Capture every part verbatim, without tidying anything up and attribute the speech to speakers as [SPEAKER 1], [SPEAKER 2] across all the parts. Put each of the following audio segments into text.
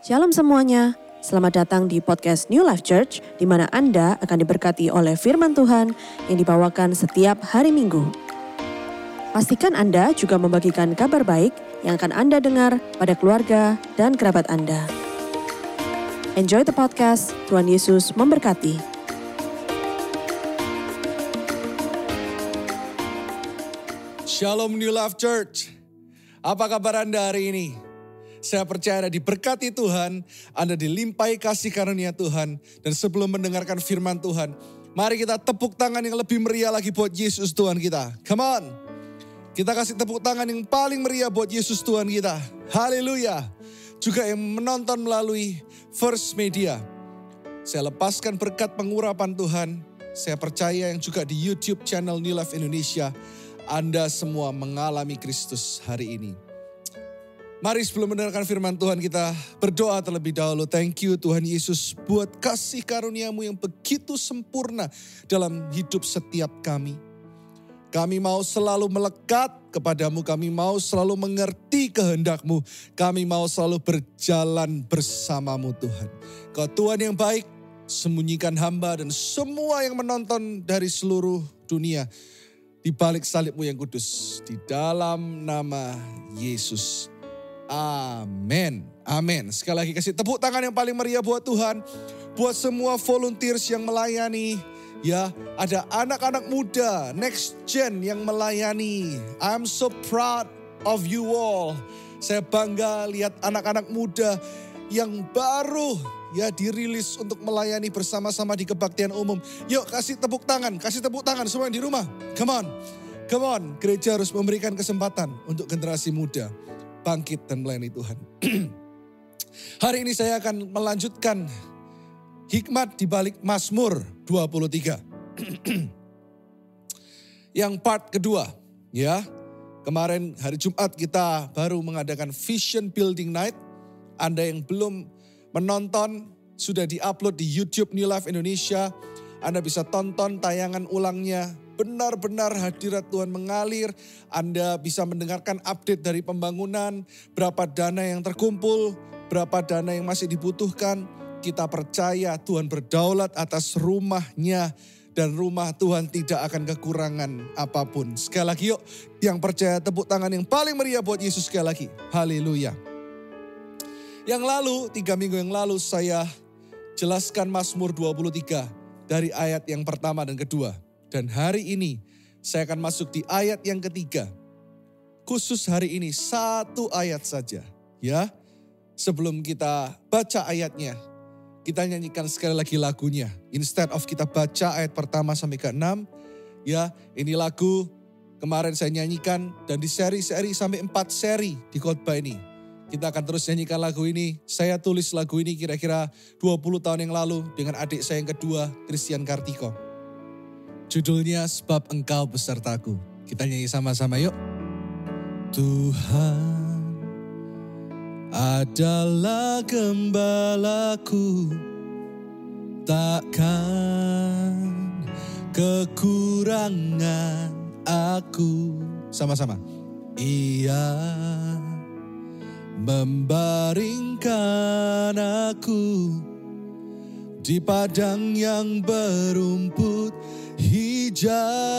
[SPEAKER 1] Shalom semuanya, selamat datang di podcast New Life Church, di mana Anda akan diberkati oleh firman Tuhan yang dibawakan setiap hari Minggu. Pastikan Anda juga membagikan kabar baik yang akan Anda dengar pada keluarga dan kerabat Anda. Enjoy the podcast, Tuhan Yesus memberkati.
[SPEAKER 2] Shalom New Life Church, apa kabar Anda hari ini? Saya percaya Anda diberkati Tuhan, Anda dilimpahi kasih karunia Tuhan. Dan sebelum mendengarkan firman Tuhan, mari kita tepuk tangan yang lebih meriah lagi buat Yesus Tuhan kita. Come on. Kita kasih tepuk tangan yang paling meriah buat Yesus Tuhan kita. Haleluya. Juga yang menonton melalui First Media. Saya lepaskan berkat pengurapan Tuhan. Saya percaya yang juga di YouTube channel New Life Indonesia, Anda semua mengalami Kristus hari ini. Mari sebelum mendengarkan firman Tuhan kita berdoa terlebih dahulu. Thank you Tuhan Yesus buat kasih karuniamu yang begitu sempurna dalam hidup setiap kami. Kami mau selalu melekat kepadamu, kami mau selalu mengerti kehendak-Mu. Kami mau selalu berjalan bersamamu Tuhan. Kau Tuhan yang baik, sembunyikan hamba dan semua yang menonton dari seluruh dunia di balik salib-Mu yang kudus. Di dalam nama Yesus. Amin, amin. Sekali lagi kasih tepuk tangan yang paling meriah buat Tuhan. Buat semua volunteers yang melayani. Ya, ada anak-anak muda, next gen yang melayani. I'm so proud of you all. Saya bangga lihat anak-anak muda yang baru ya dirilis untuk melayani bersama-sama di kebaktian umum. Yuk kasih tepuk tangan, kasih tepuk tangan semua yang di rumah. Come on, come on. Gereja harus memberikan kesempatan untuk generasi muda bangkit dan melayani Tuhan. Hari ini saya akan melanjutkan hikmat di balik Mazmur dua puluh tiga. Yang part kedua, ya. Kemarin hari Jumat kita baru mengadakan Vision Building Night. Anda yang belum menonton sudah di-upload di YouTube New Life Indonesia. Anda bisa tonton tayangan ulangnya. Benar-benar hadirat Tuhan mengalir. Anda bisa mendengarkan update dari pembangunan, berapa dana yang terkumpul, berapa dana yang masih dibutuhkan. Kita percaya Tuhan berdaulat atas rumahnya dan rumah Tuhan tidak akan kekurangan apapun. Sekali lagi yuk, yang percaya tepuk tangan yang paling meriah buat Yesus sekali lagi. Haleluya. Yang lalu, tiga minggu yang lalu saya jelaskan Mazmur dua puluh tiga dari ayat yang pertama dan kedua. Dan hari ini saya akan masuk di ayat yang ketiga. Khusus hari ini satu ayat saja. Ya, sebelum kita baca ayatnya, kita nyanyikan sekali lagi lagunya. Instead of kita baca ayat pertama sampai ke enam. Ya, ini lagu kemarin saya nyanyikan. Dan di seri-seri sampai empat seri di khotbah ini. Kita akan terus nyanyikan lagu ini. Saya tulis lagu ini kira-kira dua puluh tahun yang lalu dengan adik saya yang kedua, Christian Kartiko. Judulnya Sebab Engkau Besertaku. Kita nyanyi sama-sama yuk. Tuhan adalah gembalaku, takkan kekurangan aku. Sama-sama. Ia membaringkan aku di padang yang berumput hijau.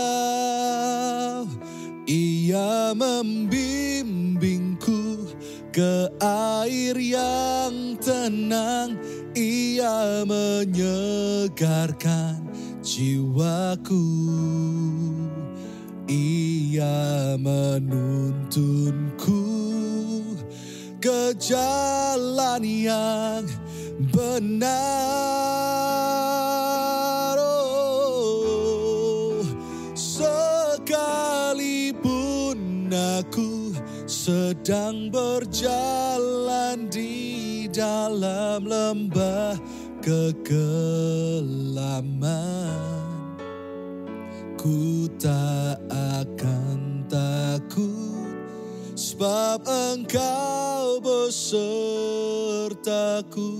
[SPEAKER 2] Ia membimbingku ke air yang tenang. Ia menyegarkan jiwaku. Ia menuntunku ke jalan yang benar. Oh, sekalipun aku sedang berjalan di dalam lembah kegelapan, ku tak akan takut, sebab Engkau besertaku.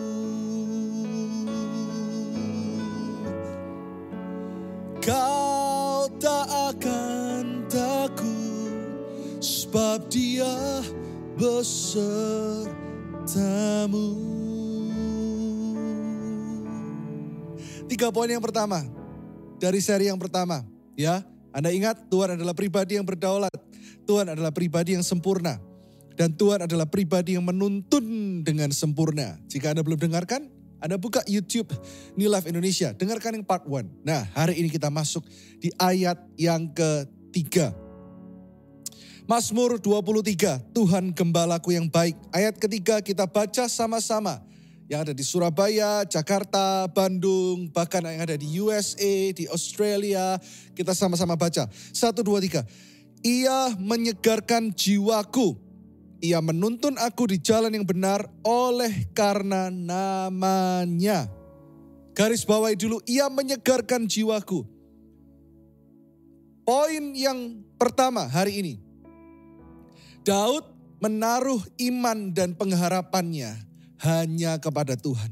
[SPEAKER 2] Kau tak akan takut, sebab Dia besertaku. matamu. Tiga poin yang pertama dari seri yang pertama, ya. Anda ingat, Tuhan adalah pribadi yang berdaulat. Tuhan adalah pribadi yang sempurna. Dan Tuhan adalah pribadi yang menuntun dengan sempurna. Jika Anda belum dengarkan, Anda buka YouTube New Life Indonesia. Dengarkan yang part one. Nah, hari ini kita masuk di ayat yang ketiga. Mazmur dua puluh tiga, Tuhan gembalaku yang baik. Ayat ketiga kita baca sama-sama. Yang ada di Surabaya, Jakarta, Bandung, bahkan yang ada di U S A, di Australia. Kita sama-sama baca. Satu, dua, tiga. Ia menyegarkan jiwaku. Ia menuntun aku di jalan yang benar oleh karena namanya. Garis bawahi dulu, ia menyegarkan jiwaku. Poin yang pertama hari ini. Daud menaruh iman dan pengharapannya hanya kepada Tuhan.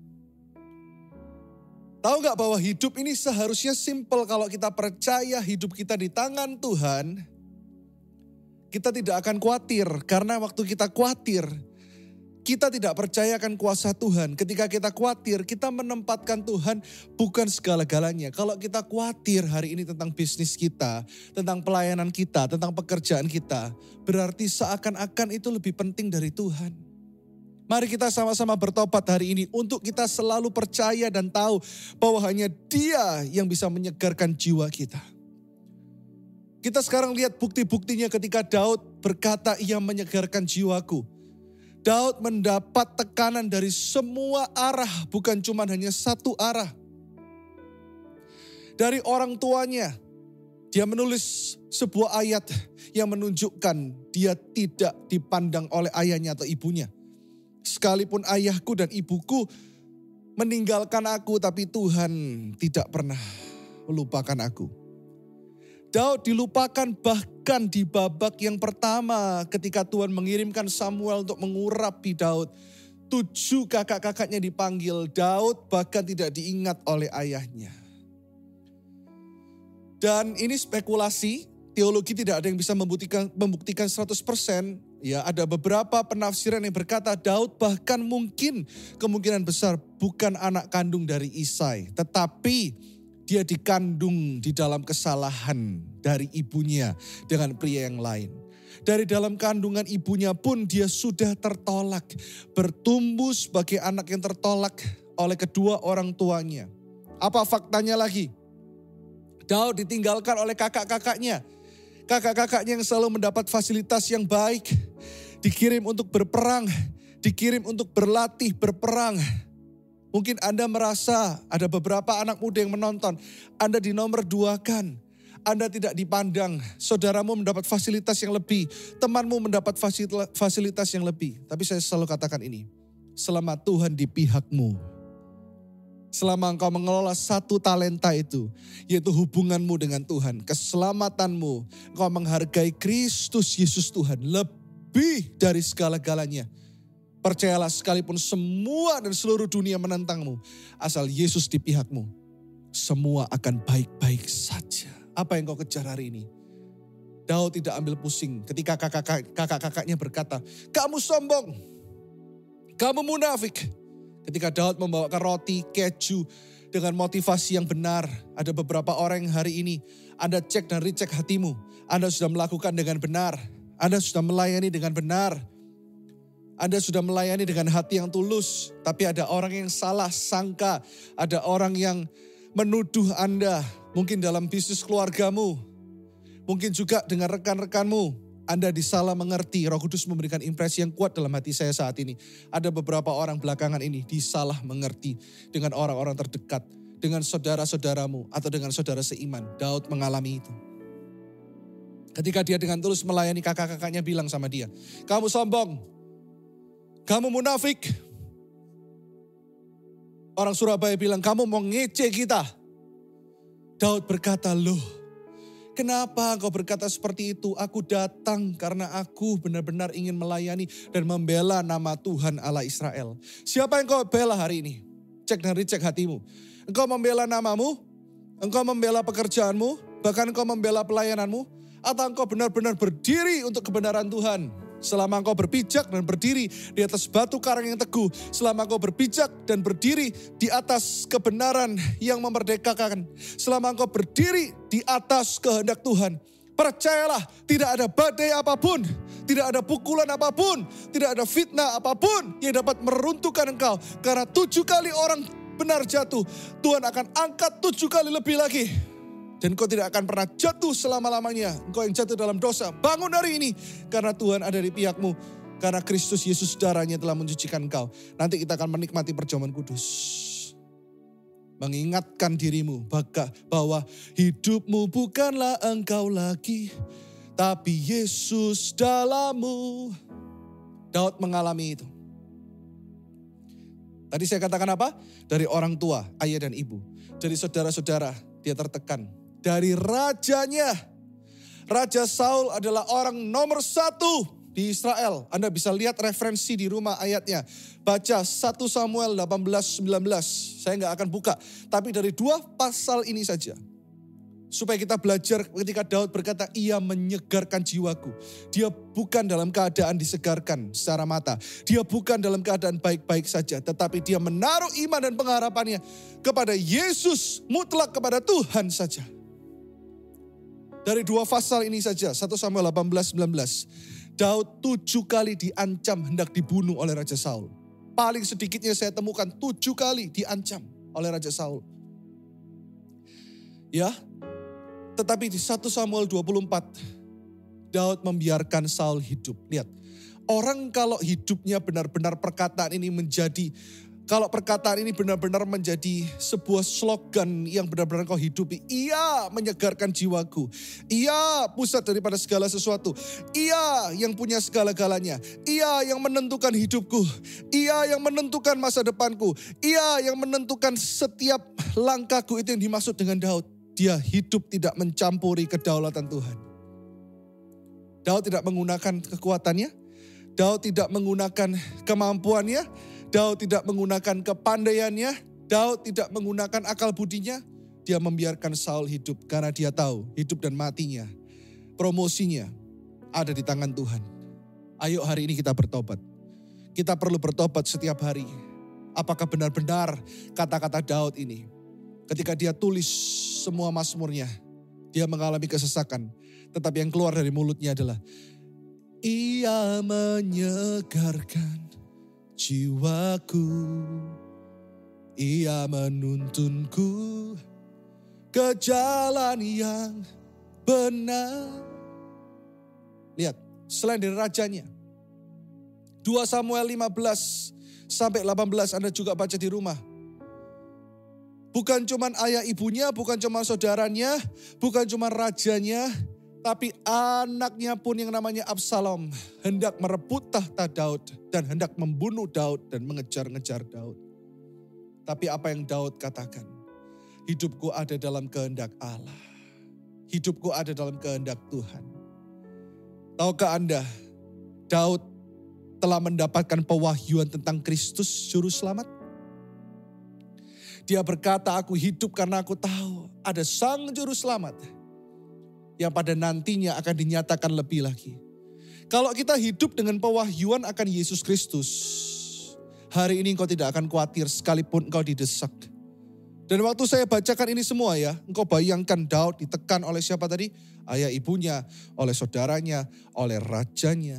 [SPEAKER 2] Tahu gak bahwa hidup ini seharusnya simple kalau kita percaya hidup kita di tangan Tuhan. Kita tidak akan khawatir karena waktu kita khawatir, kita tidak percaya akan kuasa Tuhan. Ketika kita khawatir, kita menempatkan Tuhan bukan segala-galanya. Kalau kita khawatir hari ini tentang bisnis kita, tentang pelayanan kita, tentang pekerjaan kita, berarti seakan-akan itu lebih penting dari Tuhan. Mari kita sama-sama bertobat hari ini untuk kita selalu percaya dan tahu bahwa hanya Dia yang bisa menyegarkan jiwa kita. Kita sekarang lihat bukti-buktinya ketika Daud berkata ia menyegarkan jiwaku. Daud mendapat tekanan dari semua arah, bukan cuma hanya satu arah. Dari orang tuanya, dia menulis sebuah ayat yang menunjukkan dia tidak dipandang oleh ayahnya atau ibunya. Sekalipun ayahku dan ibuku meninggalkan aku, tapi Tuhan tidak pernah melupakan aku. Daud dilupakan bahkan di babak yang pertama ketika Tuhan mengirimkan Samuel untuk mengurapi Daud. Tujuh kakak-kakaknya dipanggil, Daud bahkan tidak diingat oleh ayahnya. Dan ini spekulasi, teologi tidak ada yang bisa membuktikan, membuktikan seratus persen. Ya, ada beberapa penafsiran yang berkata Daud bahkan mungkin kemungkinan besar bukan anak kandung dari Isai. Tetapi dia dikandung di dalam kesalahan dari ibunya dengan pria yang lain. Dari dalam kandungan ibunya pun dia sudah tertolak. Bertumbuh sebagai anak yang tertolak oleh kedua orang tuanya. Apa faktanya lagi? Daud ditinggalkan oleh kakak-kakaknya. Kakak-kakaknya yang selalu mendapat fasilitas yang baik. Dikirim untuk berperang. Dikirim untuk berlatih berperang. Mungkin Anda merasa ada beberapa anak muda yang menonton. Anda di nomor dua kan. Anda tidak dipandang. Saudaramu mendapat fasilitas yang lebih. Temanmu mendapat fasilitas yang lebih. Tapi saya selalu katakan ini. Selama Tuhan di pihakmu. Selama engkau mengelola satu talenta itu, yaitu hubunganmu dengan Tuhan, keselamatanmu, engkau menghargai Kristus Yesus Tuhan lebih dari segala-galanya. Percayalah sekalipun semua dan seluruh dunia menentangmu, asal Yesus di pihakmu, semua akan baik-baik saja. Apa yang kau kejar hari ini? Daud tidak ambil pusing ketika kakak-kakaknya berkata, kamu sombong, kamu munafik. Ketika Daud membawakan roti, keju dengan motivasi yang benar. Ada beberapa orang yang hari ini Anda cek dan recheck hatimu. Anda sudah melakukan dengan benar. Anda sudah melayani dengan benar. Anda sudah melayani dengan hati yang tulus. Tapi ada orang yang salah sangka. Ada orang yang menuduh Anda. Mungkin dalam bisnis keluargamu. Mungkin juga dengan rekan-rekanmu. Anda disalah mengerti, Roh Kudus memberikan impresi yang kuat dalam hati saya saat ini. Ada beberapa orang belakangan ini disalah mengerti dengan orang-orang terdekat. Dengan saudara-saudaramu atau dengan saudara seiman. Daud mengalami itu. Ketika dia dengan tulus melayani, kakak-kakaknya bilang sama dia, kamu sombong, kamu munafik. Orang Surabaya bilang, kamu mau ngece kita. Daud berkata, loh, kenapa engkau berkata seperti itu? Aku datang karena aku benar-benar ingin melayani dan membela nama Tuhan Allah Israel. Siapa yang kau bela hari ini? Cek dan recheck hatimu. Engkau membela namamu? Engkau membela pekerjaanmu? Bahkan engkau membela pelayananmu? Atau engkau benar-benar berdiri untuk kebenaran Tuhan? Selama engkau berpijak dan berdiri di atas batu karang yang teguh. Selama engkau berpijak dan berdiri di atas kebenaran yang memerdekakan. Selama engkau berdiri di atas kehendak Tuhan. Percayalah, tidak ada badai apapun, tidak ada pukulan apapun, tidak ada fitnah apapun yang dapat meruntuhkan engkau. Karena tujuh kali orang benar jatuh, Tuhan akan angkat tujuh kali lebih lagi. Dan engkau tidak akan pernah jatuh selama-lamanya. Engkau yang jatuh dalam dosa, bangun hari ini. Karena Tuhan ada di pihakmu. Karena Kristus Yesus darahnya telah mencucikan engkau. Nanti kita akan menikmati perjamuan kudus. Mengingatkan dirimu bahwa hidupmu bukanlah engkau lagi, tapi Yesus dalammu. Daud mengalami itu. Tadi saya katakan apa? Dari orang tua, ayah dan ibu. Dari saudara-saudara, dia tertekan. Dari rajanya. Raja Saul adalah orang nomor satu di Israel. Anda bisa lihat referensi di rumah ayatnya. Baca satu Samuel delapan belas sembilan belas. Saya nggak akan buka. Tapi dari dua pasal ini saja. Supaya kita belajar ketika Daud berkata, ia menyegarkan jiwaku. Dia bukan dalam keadaan disegarkan secara mata. Dia bukan dalam keadaan baik-baik saja. Tetapi dia menaruh iman dan pengharapannya kepada Yesus, mutlak kepada Tuhan saja. Dari dua pasal ini saja, satu Samuel delapan belas sembilan belas. Daud tujuh kali diancam hendak dibunuh oleh Raja Saul. Paling sedikitnya saya temukan tujuh kali diancam oleh Raja Saul. Ya, tetapi di satu Samuel dua puluh empat, Daud membiarkan Saul hidup. Lihat, orang kalau hidupnya benar-benar perkataan ini menjadi, kalau perkataan ini benar-benar menjadi sebuah slogan yang benar-benar kau hidupi. Ia menyegarkan jiwaku. Ia pusat daripada segala sesuatu. Ia yang punya segala-galanya. Ia yang menentukan hidupku. Ia yang menentukan masa depanku. Ia yang menentukan setiap langkahku. Itu yang dimaksud dengan Daud. Dia hidup tidak mencampuri kedaulatan Tuhan. Daud tidak menggunakan kekuatannya. Daud tidak menggunakan kemampuannya. Daud tidak menggunakan kepandaiannya. Daud tidak menggunakan akal budinya. Dia membiarkan Saul hidup karena dia tahu hidup dan matinya, promosinya ada di tangan Tuhan. Ayo hari ini kita bertobat. Kita perlu bertobat setiap hari. Apakah benar-benar kata-kata Daud ini, ketika dia tulis semua mazmurnya, dia mengalami kesesakan. Tetapi yang keluar dari mulutnya adalah, ia menyegarkan jiwaku, ia menuntunku ke jalan yang benar. Lihat, selain dari rajanya. dua Samuel lima belas sampai delapan belas Anda juga baca di rumah. Bukan cuma ayah ibunya, bukan cuma saudaranya, bukan cuma rajanya, tapi anaknya pun yang namanya Absalom hendak merebut tahta Daud dan hendak membunuh Daud dan mengejar-ngejar Daud. Tapi apa yang Daud katakan? Hidupku ada dalam kehendak Allah. Hidupku ada dalam kehendak Tuhan. Tahukah Anda, Daud telah mendapatkan pewahyuan tentang Kristus Juru Selamat? Dia berkata, aku hidup karena aku tahu ada Sang Juru Selamat yang pada nantinya akan dinyatakan lebih lagi. Kalau kita hidup dengan pewahyuan akan Yesus Kristus, hari ini engkau tidak akan khawatir sekalipun engkau didesak. Dan waktu saya bacakan ini semua ya, engkau bayangkan Daud ditekan oleh siapa tadi? Ayah ibunya, oleh saudaranya, oleh rajanya,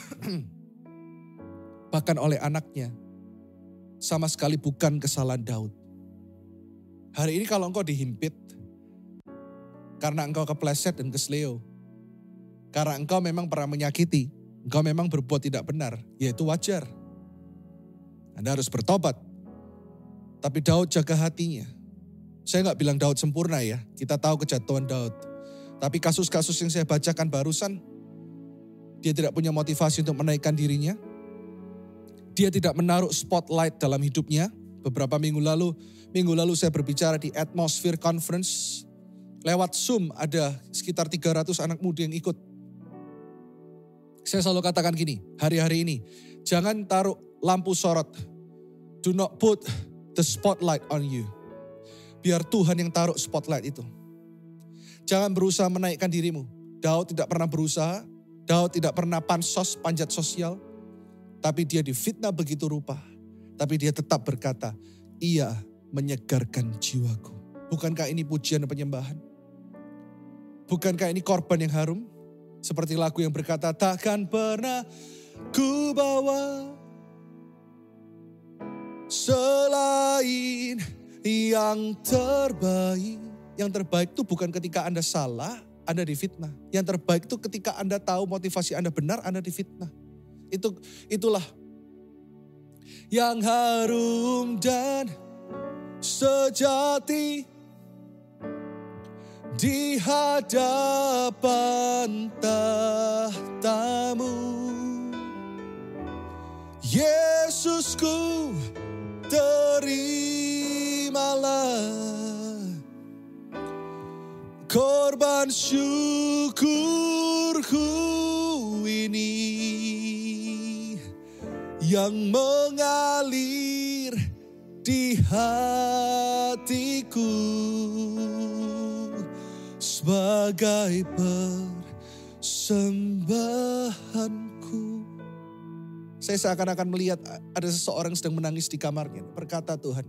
[SPEAKER 2] bahkan oleh anaknya. Sama sekali bukan kesalahan Daud. Hari ini kalau engkau dihimpit, karena engkau kepleset dan kesleo. Karena engkau memang pernah menyakiti. Engkau memang berbuat tidak benar. Ya itu wajar. Anda harus bertobat. Tapi Daud jaga hatinya. Saya gak bilang Daud sempurna ya. Kita tahu kejatuhan Daud. Tapi kasus-kasus yang saya bacakan barusan. Dia tidak punya motivasi untuk menaikkan dirinya. Dia tidak menaruh spotlight dalam hidupnya. Beberapa minggu lalu, minggu lalu saya berbicara di Atmosphere Conference. Lewat Zoom ada sekitar tiga ratus anak muda yang ikut. Saya selalu katakan gini, hari-hari ini jangan taruh lampu sorot. Do not put the spotlight on you. Biar Tuhan yang taruh spotlight itu. Jangan berusaha menaikkan dirimu. Daud tidak pernah berusaha, Daud tidak pernah pansos, panjat sosial. Tapi dia difitnah begitu rupa. Tapi dia tetap berkata, ia menyegarkan jiwaku. Bukankah ini pujian dan penyembahan? Bukankah ini korban yang harum? Seperti lagu yang berkata, takkan pernah ku bawa selain yang terbaik. Yang terbaik itu bukan ketika Anda salah, Anda difitnah. Yang terbaik itu ketika Anda tahu motivasi Anda benar, Anda difitnah. Itu itulah yang harum dan sejati di hadapan tahtamu. Yesusku, terimalah korban syukurku ini yang mengalir di hatiku sebagai persembahanku. Saya seakan-akan melihat ada seseorang sedang menangis di kamarnya. Berkata, Tuhan,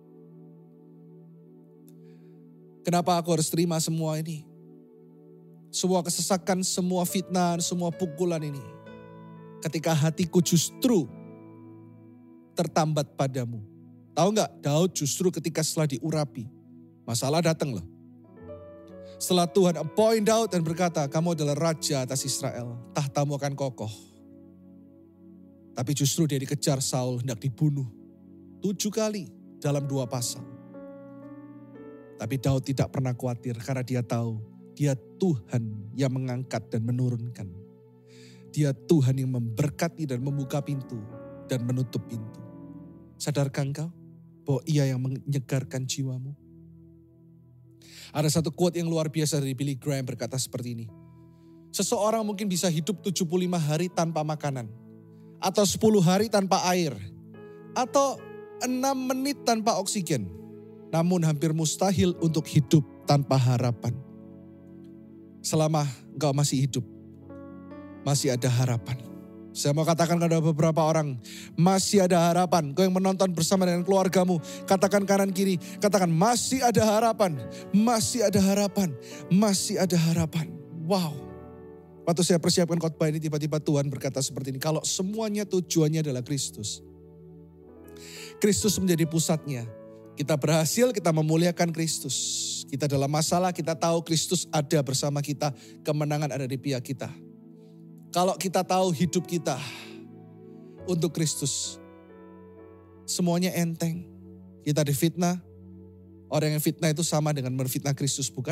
[SPEAKER 2] kenapa aku harus terima semua ini? Semua kesesakan, semua fitnah, semua pukulan ini. Ketika hatiku justru tertambat padamu. Tahu gak, Daud justru ketika setelah diurapi, masalah datang loh. Setelah Tuhan appoint Daud dan berkata, kamu adalah raja atas Israel, tahtamu akan kokoh. Tapi justru dia dikejar Saul, hendak dibunuh. Tujuh kali dalam dua pasal. Tapi Daud tidak pernah khawatir karena dia tahu dia Tuhan yang mengangkat dan menurunkan. Dia Tuhan yang memberkati dan membuka pintu dan menutup pintu. Sadarkah engkau bahwa ia yang menyegarkan jiwamu? Ada satu quote yang luar biasa dari Billy Graham berkata seperti ini. Seseorang mungkin bisa hidup tujuh puluh lima hari tanpa makanan. Atau sepuluh hari tanpa air. Atau enam menit tanpa oksigen. Namun hampir mustahil untuk hidup tanpa harapan. Selama engkau masih hidup, masih ada harapan. Saya mau katakan kepada beberapa orang, masih ada harapan. Kau yang menonton bersama dengan keluargamu, katakan kanan kiri, katakan masih ada harapan, masih ada harapan, masih ada harapan. Wow. Waktu saya persiapkan khotbah ini, tiba-tiba Tuhan berkata seperti ini, kalau semuanya tujuannya adalah Kristus. Kristus menjadi pusatnya. Kita berhasil, kita memuliakan Kristus. Kita dalam masalah, kita tahu Kristus ada bersama kita, kemenangan ada di pihak kita. Kalau kita tahu hidup kita untuk Kristus, semuanya enteng. Kita difitnah, orang yang fitnah itu sama dengan menfitnah Kristus, bukan?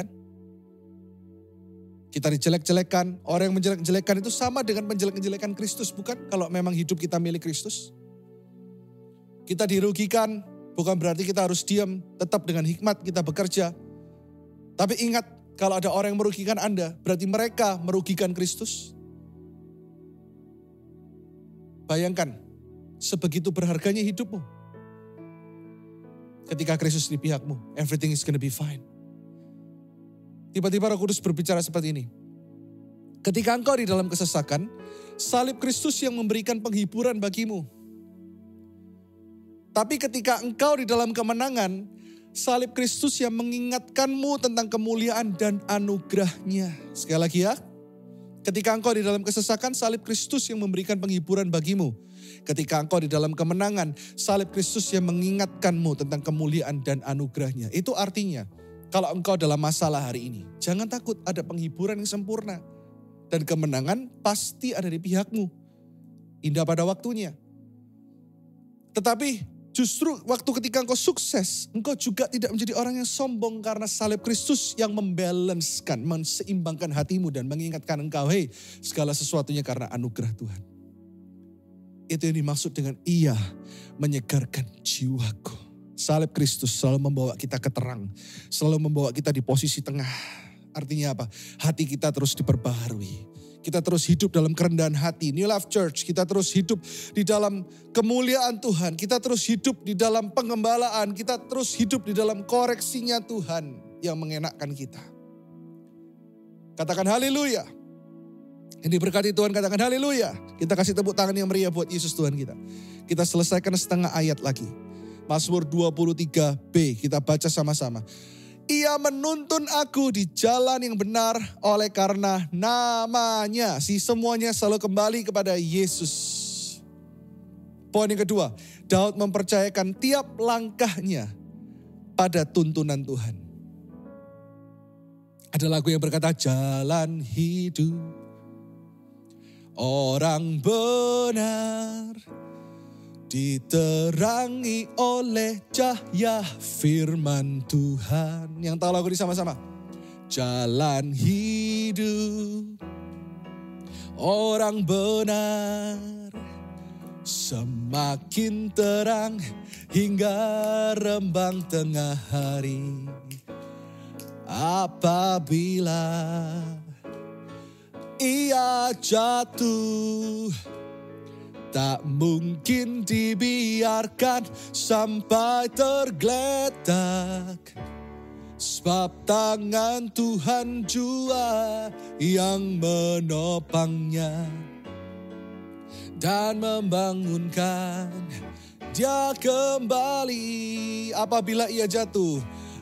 [SPEAKER 2] Kita dijelek-jelekan, orang yang menjelek-jelekan itu sama dengan menjelek-jelekan Kristus, bukan? Kalau memang hidup kita milik Kristus. Kita dirugikan, bukan berarti kita harus diam, tetap dengan hikmat kita bekerja. Tapi ingat, kalau ada orang yang merugikan Anda, berarti mereka merugikan Kristus. Bayangkan, sebegitu berharganya hidupmu. Ketika Kristus di pihakmu, everything is gonna be fine. Tiba-tiba Roh Kudus berbicara seperti ini. Ketika engkau di dalam kesesakan, salib Kristus yang memberikan penghiburan bagimu. Tapi ketika engkau di dalam kemenangan, salib Kristus yang mengingatkanmu tentang kemuliaan dan anugerahnya. Sekali lagi ya. Ketika engkau di dalam kesesakan, salib Kristus yang memberikan penghiburan bagimu. Ketika engkau di dalam kemenangan, salib Kristus yang mengingatkanmu tentang kemuliaan dan anugerahnya. Itu artinya, kalau engkau dalam masalah hari ini, jangan takut, ada penghiburan yang sempurna. Dan kemenangan pasti ada di pihakmu. Indah pada waktunya. Tetapi justru waktu ketika engkau sukses, engkau juga tidak menjadi orang yang sombong karena salib Kristus yang membalancekan, menseimbangkan hatimu dan mengingatkan engkau, hei, segala sesuatunya karena anugerah Tuhan. Itu yang dimaksud dengan ia menyegarkan jiwaku. Salib Kristus selalu membawa kita ke terang, selalu membawa kita di posisi tengah. Artinya apa? Hati kita terus diperbaharui. Kita terus hidup dalam kerendahan hati. New Life Church, kita terus hidup di dalam kemuliaan Tuhan. Kita terus hidup di dalam pengembalaan. Kita terus hidup di dalam koreksinya Tuhan yang mengenakkan kita. Katakan haleluya. Yang diberkati Tuhan katakan haleluya. Kita kasih tepuk tangan yang meriah buat Yesus Tuhan kita. Kita selesaikan setengah ayat lagi. Mazmur dua puluh tiga B kita baca sama-sama. Ia menuntun aku di jalan yang benar oleh karena namanya. Si semuanya selalu kembali kepada Yesus. Poin yang kedua, Daud mempercayakan tiap langkahnya pada tuntunan Tuhan. Ada lagu yang berkata jalan hidup orang benar diterangi oleh cahaya firman Tuhan. Yang tahu lagu ini sama-sama. Jalan hidup orang benar semakin terang hingga rembang tengah hari. Apabila ia jatuh, tak mungkin dibiarkan sampai tergeletak. Sebab tangan Tuhan jua yang menopangnya dan membangunkan dia kembali. Apabila ia jatuh,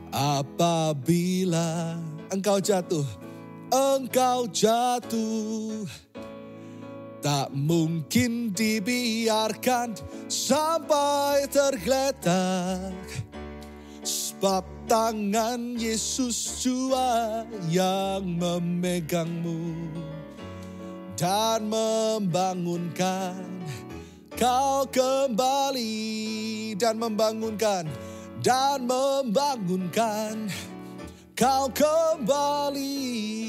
[SPEAKER 2] apabila engkau jatuh, engkau jatuh, tak mungkin dibiarkan sampai tergeletak. Sebab tangan Yesus jua yang memegangmu dan membangunkan kau kembali. Dan membangunkan, dan membangunkan kau kembali.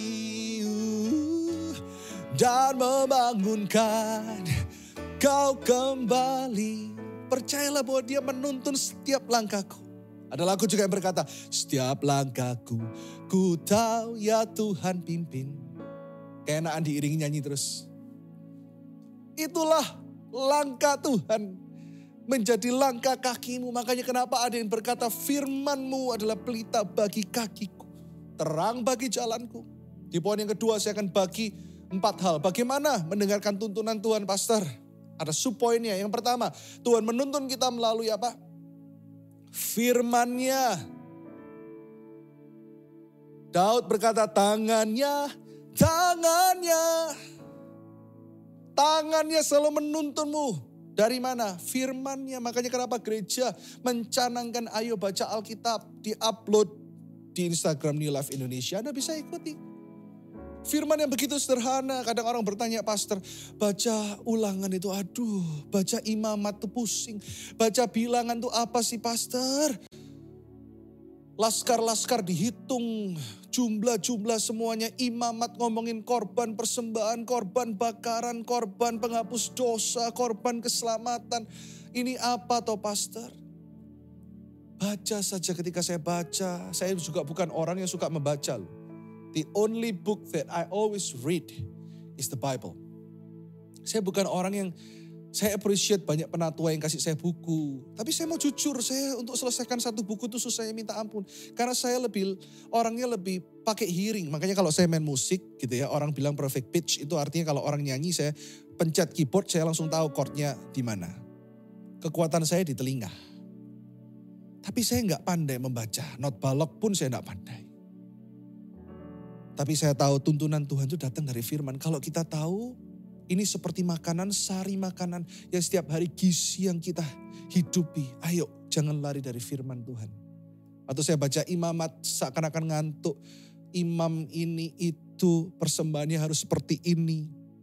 [SPEAKER 2] Dan membangunkan kau kembali. Percayalah bahwa dia menuntun setiap langkahku. Ada lagu juga yang berkata, setiap langkahku ku tahu ya Tuhan pimpin. Keenakan diiringi nyanyi terus. Itulah langkah Tuhan menjadi langkah kakimu. Makanya kenapa ada yang berkata firman-Mu adalah pelita bagi kakiku, terang bagi jalanku. Di poin yang kedua saya akan bagi empat hal. Bagaimana mendengarkan tuntunan Tuhan, Pastor? Ada subpoinnya. Yang pertama, Tuhan menuntun kita melalui apa? Firman-Nya. Daud berkata tangannya, tangannya. Tangannya selalu menuntunmu. Dari mana? Firman-Nya. Makanya kenapa gereja mencanangkan ayo baca Alkitab, di-upload di Instagram New Life Indonesia. Anda bisa ikuti. Firman yang begitu sederhana. Kadang orang bertanya, Pastor, baca ulangan itu aduh, baca imamat itu pusing. Baca bilangan itu apa sih, Pastor? Laskar-laskar dihitung, jumlah-jumlah semuanya. Imamat ngomongin korban persembahan, korban bakaran, korban penghapus dosa, korban keselamatan. Ini apa toh, Pastor? Baca saja. Ketika saya baca, saya juga bukan orang yang suka membaca loh. The only book that I always read is the Bible. Saya bukan orang yang, saya appreciate banyak penatua yang kasih saya buku. Tapi saya mau jujur, saya untuk selesaikan satu buku itu susah, minta ampun. Karena saya lebih, orangnya lebih pakai hearing. Makanya kalau saya main musik gitu ya, orang bilang perfect pitch. Itu artinya kalau orang nyanyi, saya pencet keyboard, saya langsung tahu chordnya di mana. Kekuatan saya di telinga. Tapi saya nggak pandai membaca. Not balok pun saya nggak pandai. Tapi saya tahu tuntunan Tuhan itu datang dari firman. Kalau kita tahu ini seperti makanan, sari makanan yang setiap hari gizi yang kita hidupi. Ayo jangan lari dari firman Tuhan. Atau saya baca imamat seakan-akan ngantuk. Imam ini itu persembahannya harus seperti ini.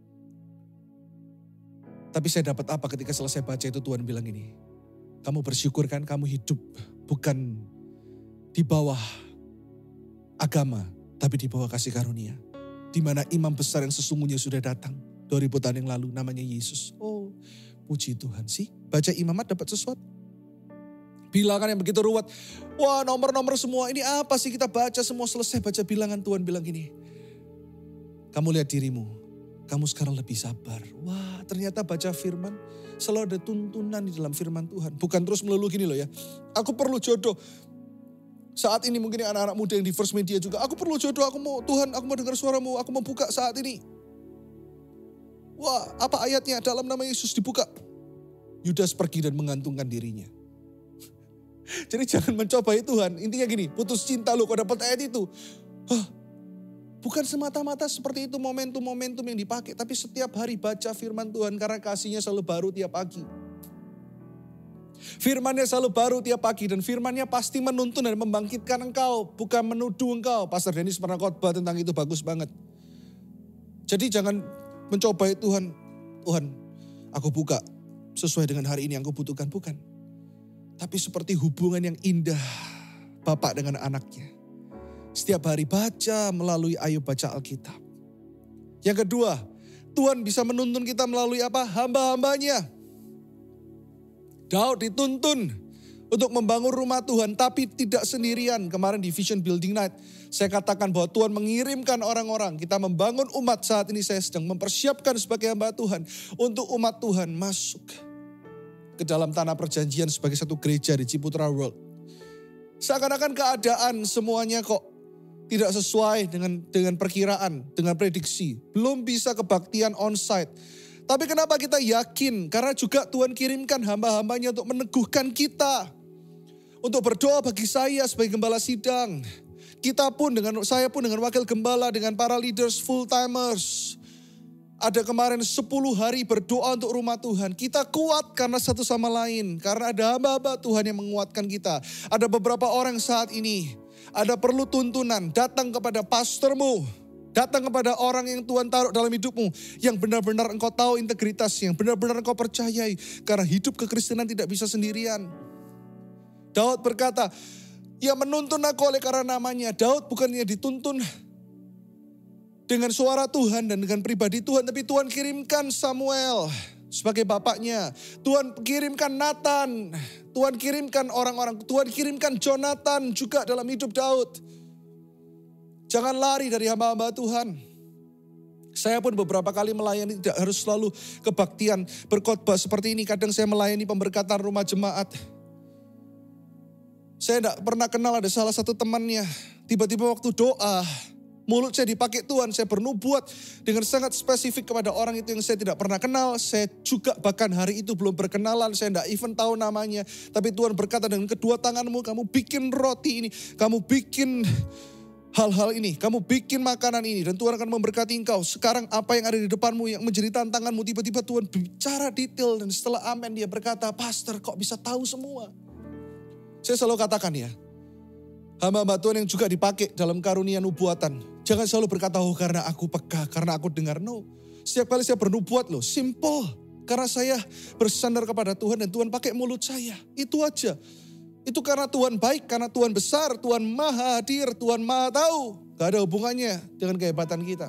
[SPEAKER 2] Tapi saya dapat apa ketika selesai baca itu Tuhan bilang ini. Kamu bersyukur kan kamu hidup bukan di bawah agama. Tapi di bawah kasih karunia. Di mana imam besar yang sesungguhnya sudah datang. dua ribu tahun yang lalu namanya Yesus. Oh puji Tuhan sih. Baca imamat dapat sesuatu. Bilangan yang begitu ruwet. Wah nomor-nomor semua. Ini apa sih kita baca semua selesai baca bilangan. Tuhan bilang gini. Kamu lihat dirimu. Kamu sekarang lebih sabar. Wah ternyata baca firman. Selalu ada tuntunan di dalam firman Tuhan. Bukan terus melulu gini loh ya. Aku perlu jodoh. Saat ini mungkin anak-anak muda yang di First Media juga. Aku perlu jodoh, aku mau Tuhan, aku mau dengar suaramu, aku mau buka saat ini. Wah, apa ayatnya? Dalam nama Yesus dibuka. Yudas pergi dan mengantungkan dirinya. Jadi jangan mencobai Tuhan. Intinya gini, putus cinta lu kok dapat ayat itu. Hah, bukan semata-mata seperti itu momentum-momentum yang dipakai. Tapi setiap hari baca firman Tuhan karena kasihnya selalu baru tiap pagi. Firmannya selalu baru tiap pagi dan firmannya pasti menuntun dan membangkitkan engkau. Bukan menuduh engkau. Pastor Dennis pernah khotbah tentang itu, bagus banget. Jadi jangan mencobai Tuhan. Tuhan, aku buka sesuai dengan hari ini yang aku butuhkan. Bukan. Tapi seperti hubungan yang indah Bapak dengan anaknya. Setiap hari baca melalui ayo baca Alkitab. Yang kedua, Tuhan bisa menuntun kita melalui apa? Hamba-hambanya. Daud dituntun untuk membangun rumah Tuhan tapi tidak sendirian. Kemarin di Vision Building Night saya katakan bahwa Tuhan mengirimkan orang-orang. Kita membangun umat, saat ini saya sedang mempersiapkan sebagai hamba Tuhan untuk umat Tuhan masuk ke dalam tanah perjanjian sebagai satu gereja di Ciputra World. Seakan-akan keadaan semuanya kok tidak sesuai dengan dengan perkiraan, dengan prediksi. Belum bisa kebaktian on-site. Tapi kenapa kita yakin? Karena juga Tuhan kirimkan hamba-hambanya untuk meneguhkan kita. Untuk berdoa bagi saya sebagai gembala sidang. Kita pun dengan, saya pun dengan wakil gembala, dengan para leaders full-timers. Ada kemarin sepuluh hari berdoa untuk rumah Tuhan. Kita kuat karena satu sama lain. Karena ada hamba-hamba Tuhan yang menguatkan kita. Ada beberapa orang saat ini. Ada perlu tuntunan. Datang kepada pastormu. Datang kepada orang yang Tuhan taruh dalam hidupmu. Yang benar-benar engkau tahu integritasnya. Yang benar-benar engkau percayai. Karena hidup kekristenan tidak bisa sendirian. Daud berkata, ya menuntun aku oleh karena namanya. Daud bukannya dituntun dengan suara Tuhan dan dengan pribadi Tuhan. Tapi Tuhan kirimkan Samuel sebagai bapaknya. Tuhan kirimkan Nathan. Tuhan kirimkan orang-orang. Tuhan kirimkan Jonathan juga dalam hidup Daud. Jangan lari dari hamba-hamba Tuhan. Saya pun beberapa kali melayani, tidak harus selalu kebaktian berkhotbah seperti ini. Kadang saya melayani pemberkatan rumah jemaat. Saya tidak pernah kenal ada salah satu temannya. Tiba-tiba waktu doa, mulut saya dipakai Tuhan, saya bernubuat dengan sangat spesifik kepada orang itu yang saya tidak pernah kenal. Saya juga bahkan hari itu belum berkenalan, saya tidak even tahu namanya. Tapi Tuhan berkata, dengan kedua tanganmu kamu bikin roti ini, kamu bikin hal-hal ini, kamu bikin makanan ini. Dan Tuhan akan memberkati engkau. Sekarang apa yang ada di depanmu yang menjadi tantanganmu, tiba-tiba Tuhan bicara detail. Dan setelah amin dia berkata, pastor kok bisa tahu semua? Saya selalu katakan ya, hamba-hamba Tuhan yang juga dipakai dalam karunia nubuatan. Jangan selalu berkata, oh karena aku peka, karena aku dengar. No, setiap kali saya bernubuat loh, simple. Karena saya bersandar kepada Tuhan dan Tuhan pakai mulut saya. Itu aja. Itu karena Tuhan baik, karena Tuhan besar, Tuhan maha hadir, Tuhan maha tahu. Gak ada hubungannya dengan kehebatan kita.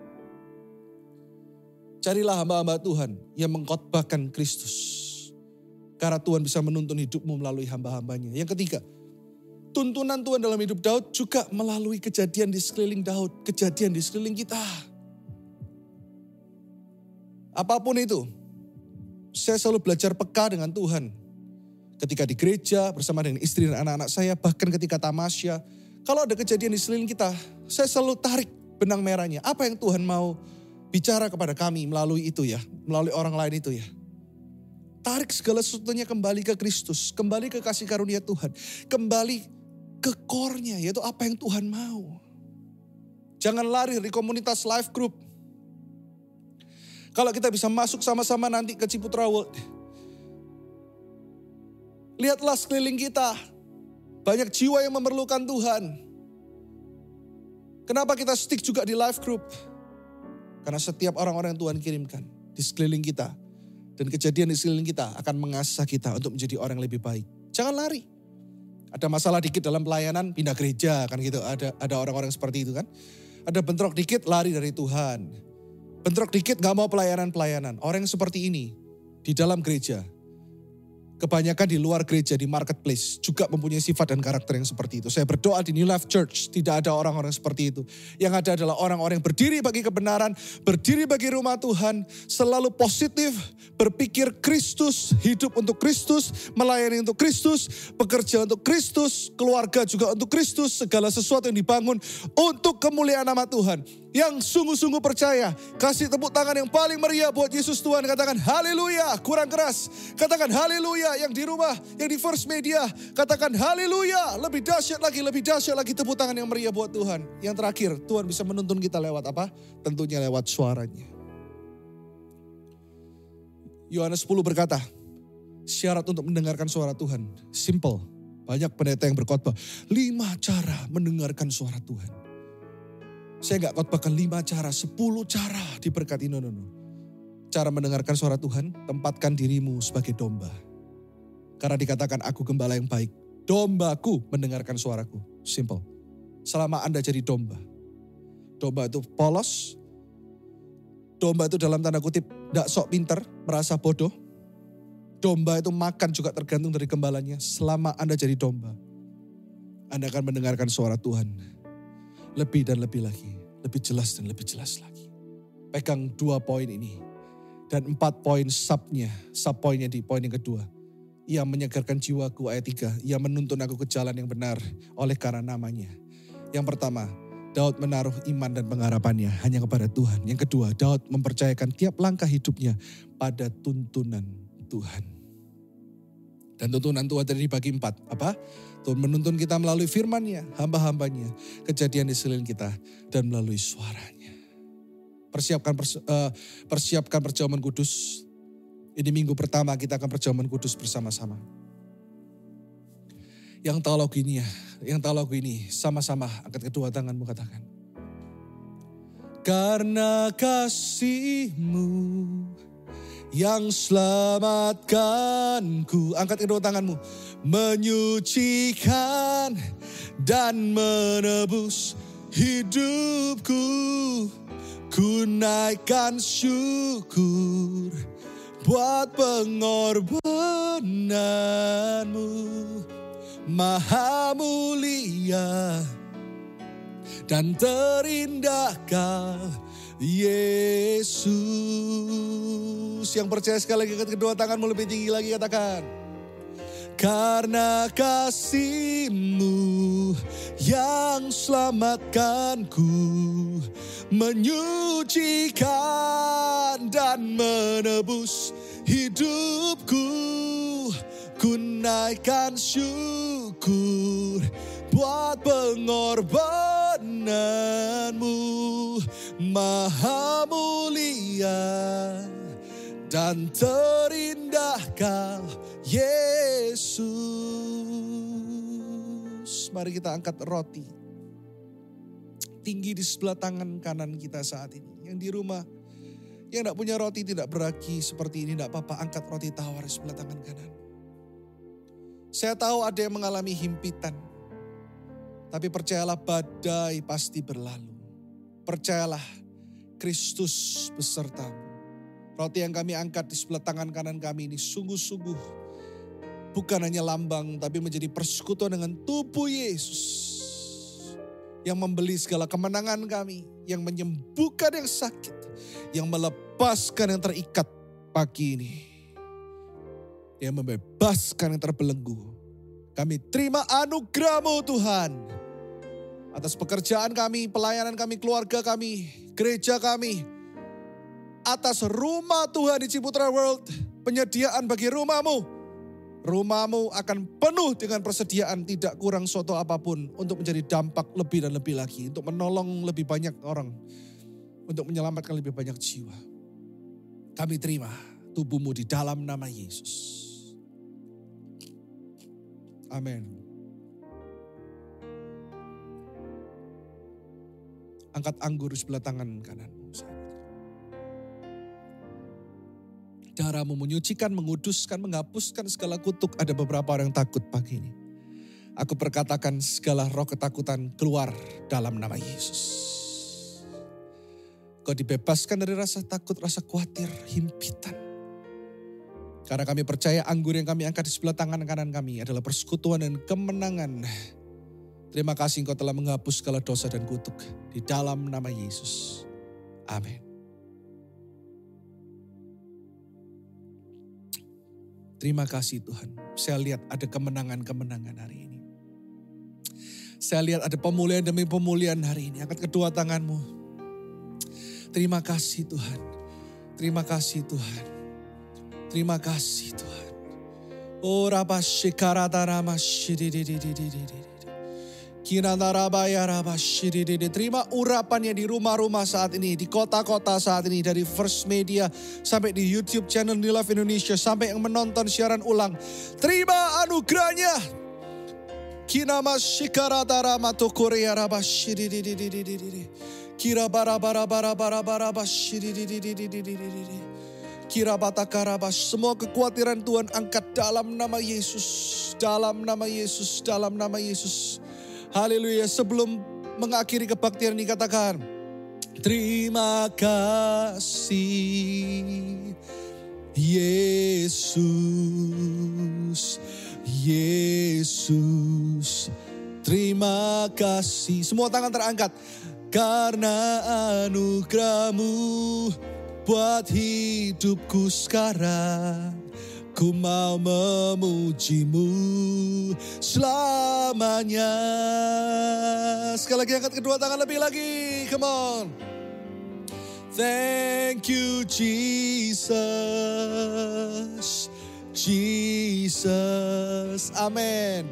[SPEAKER 2] Carilah hamba-hamba Tuhan yang mengkhotbahkan Kristus. Karena Tuhan bisa menuntun hidupmu melalui hamba-hambanya. Yang ketiga, tuntunan Tuhan dalam hidup Daud juga melalui kejadian di sekeliling Daud. Kejadian di sekeliling kita. Apapun itu, saya selalu belajar peka dengan Tuhan. Ketika di gereja bersama dengan istri dan anak-anak saya, bahkan ketika tamasya. Kalau ada kejadian di sekeliling kita, saya selalu tarik benang merahnya. Apa yang Tuhan mau bicara kepada kami melalui itu ya, melalui orang lain itu ya. Tarik segala sesuatunya kembali ke Kristus, kembali ke kasih karunia Tuhan, kembali ke core-nya, yaitu apa yang Tuhan mau. Jangan lari dari komunitas life group. Kalau kita bisa masuk sama-sama nanti ke Ciputra World, lihatlah sekeliling kita, banyak jiwa yang memerlukan Tuhan. Kenapa kita stick juga di life group? Karena setiap orang-orang yang Tuhan kirimkan di sekeliling kita, dan kejadian di sekeliling kita akan mengasah kita untuk menjadi orang yang lebih baik. Jangan lari. Ada masalah dikit dalam pelayanan, pindah gereja kan gitu. Ada ada orang-orang seperti itu kan. Ada bentrok dikit, lari dari Tuhan. Bentrok dikit gak mau pelayanan-pelayanan. Orang yang seperti ini di dalam gereja, kebanyakan di luar gereja, di marketplace juga mempunyai sifat dan karakter yang seperti itu. Saya berdoa di New Life Church tidak ada orang-orang seperti itu. Yang ada adalah orang-orang yang berdiri bagi kebenaran, berdiri bagi rumah Tuhan, selalu positif, berpikir Kristus, hidup untuk Kristus, melayani untuk Kristus, bekerja untuk Kristus, keluarga juga untuk Kristus, segala sesuatu yang dibangun untuk kemuliaan nama Tuhan. yang sungguh-sungguh percaya, kasih tepuk tangan yang paling meriah buat Yesus Tuhan. Katakan haleluya, kurang keras. Katakan haleluya yang di rumah, yang di First Media. Katakan haleluya, lebih dahsyat lagi, lebih dahsyat lagi tepuk tangan yang meriah buat Tuhan. Yang terakhir, Tuhan bisa menuntun kita lewat apa? Tentunya lewat suaranya. Yohanes sepuluh berkata, syarat untuk mendengarkan suara Tuhan, simple. Banyak pendeta yang berkhotbah, lima cara mendengarkan suara Tuhan. Saya gak khotbahkan lima cara, sepuluh cara diberkati. No, no, no. Cara mendengarkan suara Tuhan, tempatkan dirimu sebagai domba. Karena dikatakan aku gembala yang baik. Dombaku mendengarkan suaraku. Simple. Selama Anda jadi domba. Domba itu polos. Domba itu dalam tanda kutip gak sok pinter, merasa bodoh. Domba itu makan juga tergantung dari gembalanya. Selama Anda jadi domba, Anda akan mendengarkan suara Tuhan. Lebih dan lebih lagi, lebih jelas dan lebih jelas lagi. Pegang dua poin ini. Dan empat poin subnya, sub poinnya di poin yang kedua. Ia menyegarkan jiwaku, ayat tiga. Ia menuntun aku ke jalan yang benar oleh karena namanya. Yang pertama, Daud menaruh iman dan pengharapannya hanya kepada Tuhan. Yang kedua, Daud mempercayakan tiap langkah hidupnya pada tuntunan Tuhan. Dan tuntunan Tuhan tadi dibagi empat. Apa? Tuhan menuntun kita melalui firman-Nya, hamba-hambanya, kejadian di sekeliling kita, dan melalui suaranya. Persiapkan pers, uh, persiapkan perjamuan kudus. Ini minggu pertama kita akan perjamuan kudus bersama-sama. Yang tahu lagu ini ya, yang tahu lagu ini sama-sama angkat kedua tanganmu katakan. Karena kasih-Mu yang selamatkanku. Angkat kedua tanganmu. Menyucikan dan menebus hidupku. Ku naikkan syukur buat pengorbanan-Mu. Maha mulia dan terindah Kau, Yesus. Yang percaya sekali lagi angkat kedua tanganmu lebih tinggi lagi katakan. Karena kasih-Mu yang selamatkanku, menyucikan dan menebus hidupku. Ku naikkan syukur buat pengorbanan-Mu. Maha mulia dan terindah Kau, Yesus. Mari kita angkat roti tinggi di sebelah tangan kanan kita saat ini. Yang di rumah, yang tidak punya roti tidak beragi seperti ini, tidak apa-apa, angkat roti tawar di sebelah tangan kanan. Saya tahu ada yang mengalami himpitan, tapi percayalah badai pasti berlalu. Percayalah Kristus besertamu. Roti yang kami angkat di sebelah tangan kanan kami ini sungguh-sungguh bukan hanya lambang, tapi menjadi persekutuan dengan tubuh Yesus. Yang membeli segala kemenangan kami, yang menyembuhkan yang sakit, yang melepaskan yang terikat pagi ini, yang membebaskan yang terbelenggu. Kami terima anugerah-Mu Tuhan, atas pekerjaan kami, pelayanan kami, keluarga kami, gereja kami, atas rumah Tuhan di Ciputra World, penyediaan bagi rumah-Mu. Rumah-Mu akan penuh dengan persediaan, tidak kurang suatu apapun untuk menjadi dampak lebih dan lebih lagi. Untuk menolong lebih banyak orang, untuk menyelamatkan lebih banyak jiwa. Kami terima tubuh-Mu di dalam nama Yesus. Amin. Angkat anggur di sebelah tangan kananmu. Darah-Mu menyucikan, menguduskan, menghapuskan segala kutuk. Ada beberapa orang yang takut pagi ini. Aku perkatakan segala roh ketakutan keluar dalam nama Yesus. Kau dibebaskan dari rasa takut, rasa khawatir, himpitan. Karena kami percaya anggur yang kami angkat di sebelah tangan kanan kami adalah persekutuan dan kemenangan. Terima kasih Engkau telah menghapus segala dosa dan kutuk. Di dalam nama Yesus. Amin. Terima kasih Tuhan. Saya lihat ada kemenangan-kemenangan hari ini. Saya lihat ada pemulihan demi pemulihan hari ini. Angkat kedua tanganmu. Terima kasih Tuhan. Terima kasih Tuhan. Terima kasih Tuhan. Oh rabashikarata shidididididididid. Terima urapannya di rumah-rumah saat ini, di kota-kota saat ini, dari First Media sampai di YouTube channel New Life Indonesia, sampai yang menonton siaran ulang. Terima anugerahnya. Kinama shikaratara matokorea rabashididididididid. Kira bara bara bara bara bara bashididididididid. Kira batakarabas, semua kekhawatiran Tuhan angkat dalam nama Yesus, dalam nama Yesus, dalam nama Yesus. Haleluya. Sebelum mengakhiri kebaktian ini katakan, terima kasih Yesus, Yesus, terima kasih. Semua tangan terangkat. Karena anugerah-Mu buat hidupku sekarang. Ku mau memuji-Mu selamanya. Sekali lagi angkat kedua tangan lebih lagi. Come on. Thank you Jesus. Jesus. Amen.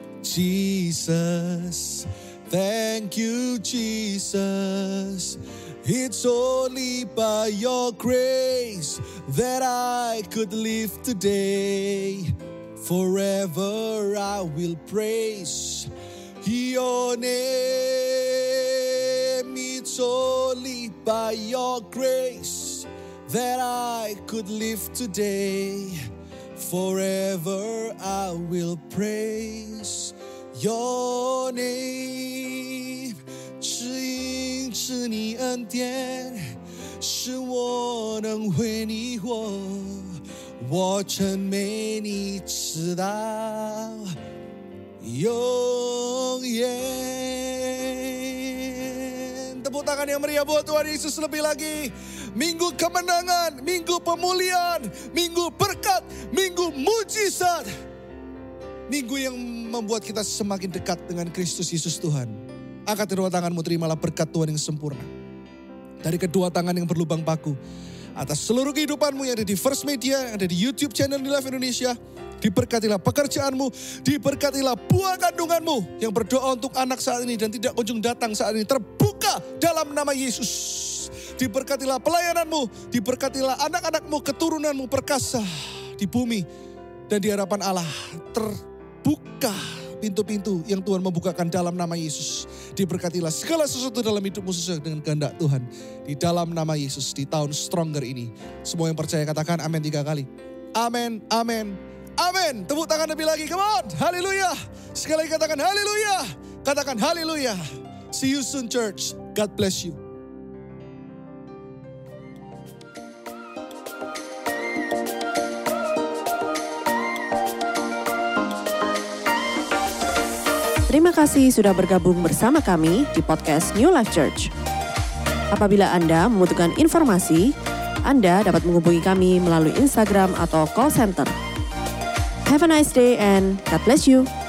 [SPEAKER 2] Jesus. Thank you Jesus. It's only by your grace that I could live today. Forever I will praise your name. It's only by your grace that I could live today. Forever I will praise your name. 只因是你恩典，使我能为你活，我真没你知道永远。Tepuk tangan yang meriah buat Tuhan Yesus lebih lagi. Minggu kemenangan, minggu pemulihan, minggu berkat, minggu mujizat. Minggu yang membuat kita semakin dekat dengan Kristus Yesus Tuhan. Angkat kedua tanganmu, terimalah berkat Tuhan yang sempurna. Dari kedua tangan yang berlubang paku. Atas seluruh kehidupanmu yang ada di First Media, yang ada di YouTube channel New Life Indonesia. Diberkatilah pekerjaanmu, diberkatilah buah kandunganmu. Yang berdoa untuk anak saat ini dan tidak kunjung datang saat ini. Terbuka dalam nama Yesus. Diberkatilah pelayananmu, diberkatilah anak-anakmu, keturunanmu perkasa di bumi. Dan di hadapan Allah terbuka pintu-pintu yang Tuhan membukakan dalam nama Yesus. Diberkatilah segala sesuatu dalam hidupmu sesuai dengan kehendak Tuhan. Di dalam nama Yesus di tahun Stronger ini. Semua yang percaya katakan amin tiga kali. Amin, amin, amin. Tepuk tangan lebih lagi, come on. Haleluya. Sekali lagi katakan haleluya. Katakan haleluya. See you soon church. God bless you.
[SPEAKER 1] Terima kasih sudah bergabung bersama kami di podcast New Life Church. Apabila Anda membutuhkan informasi, Anda dapat menghubungi kami melalui Instagram atau call center. Have a nice day and God bless you.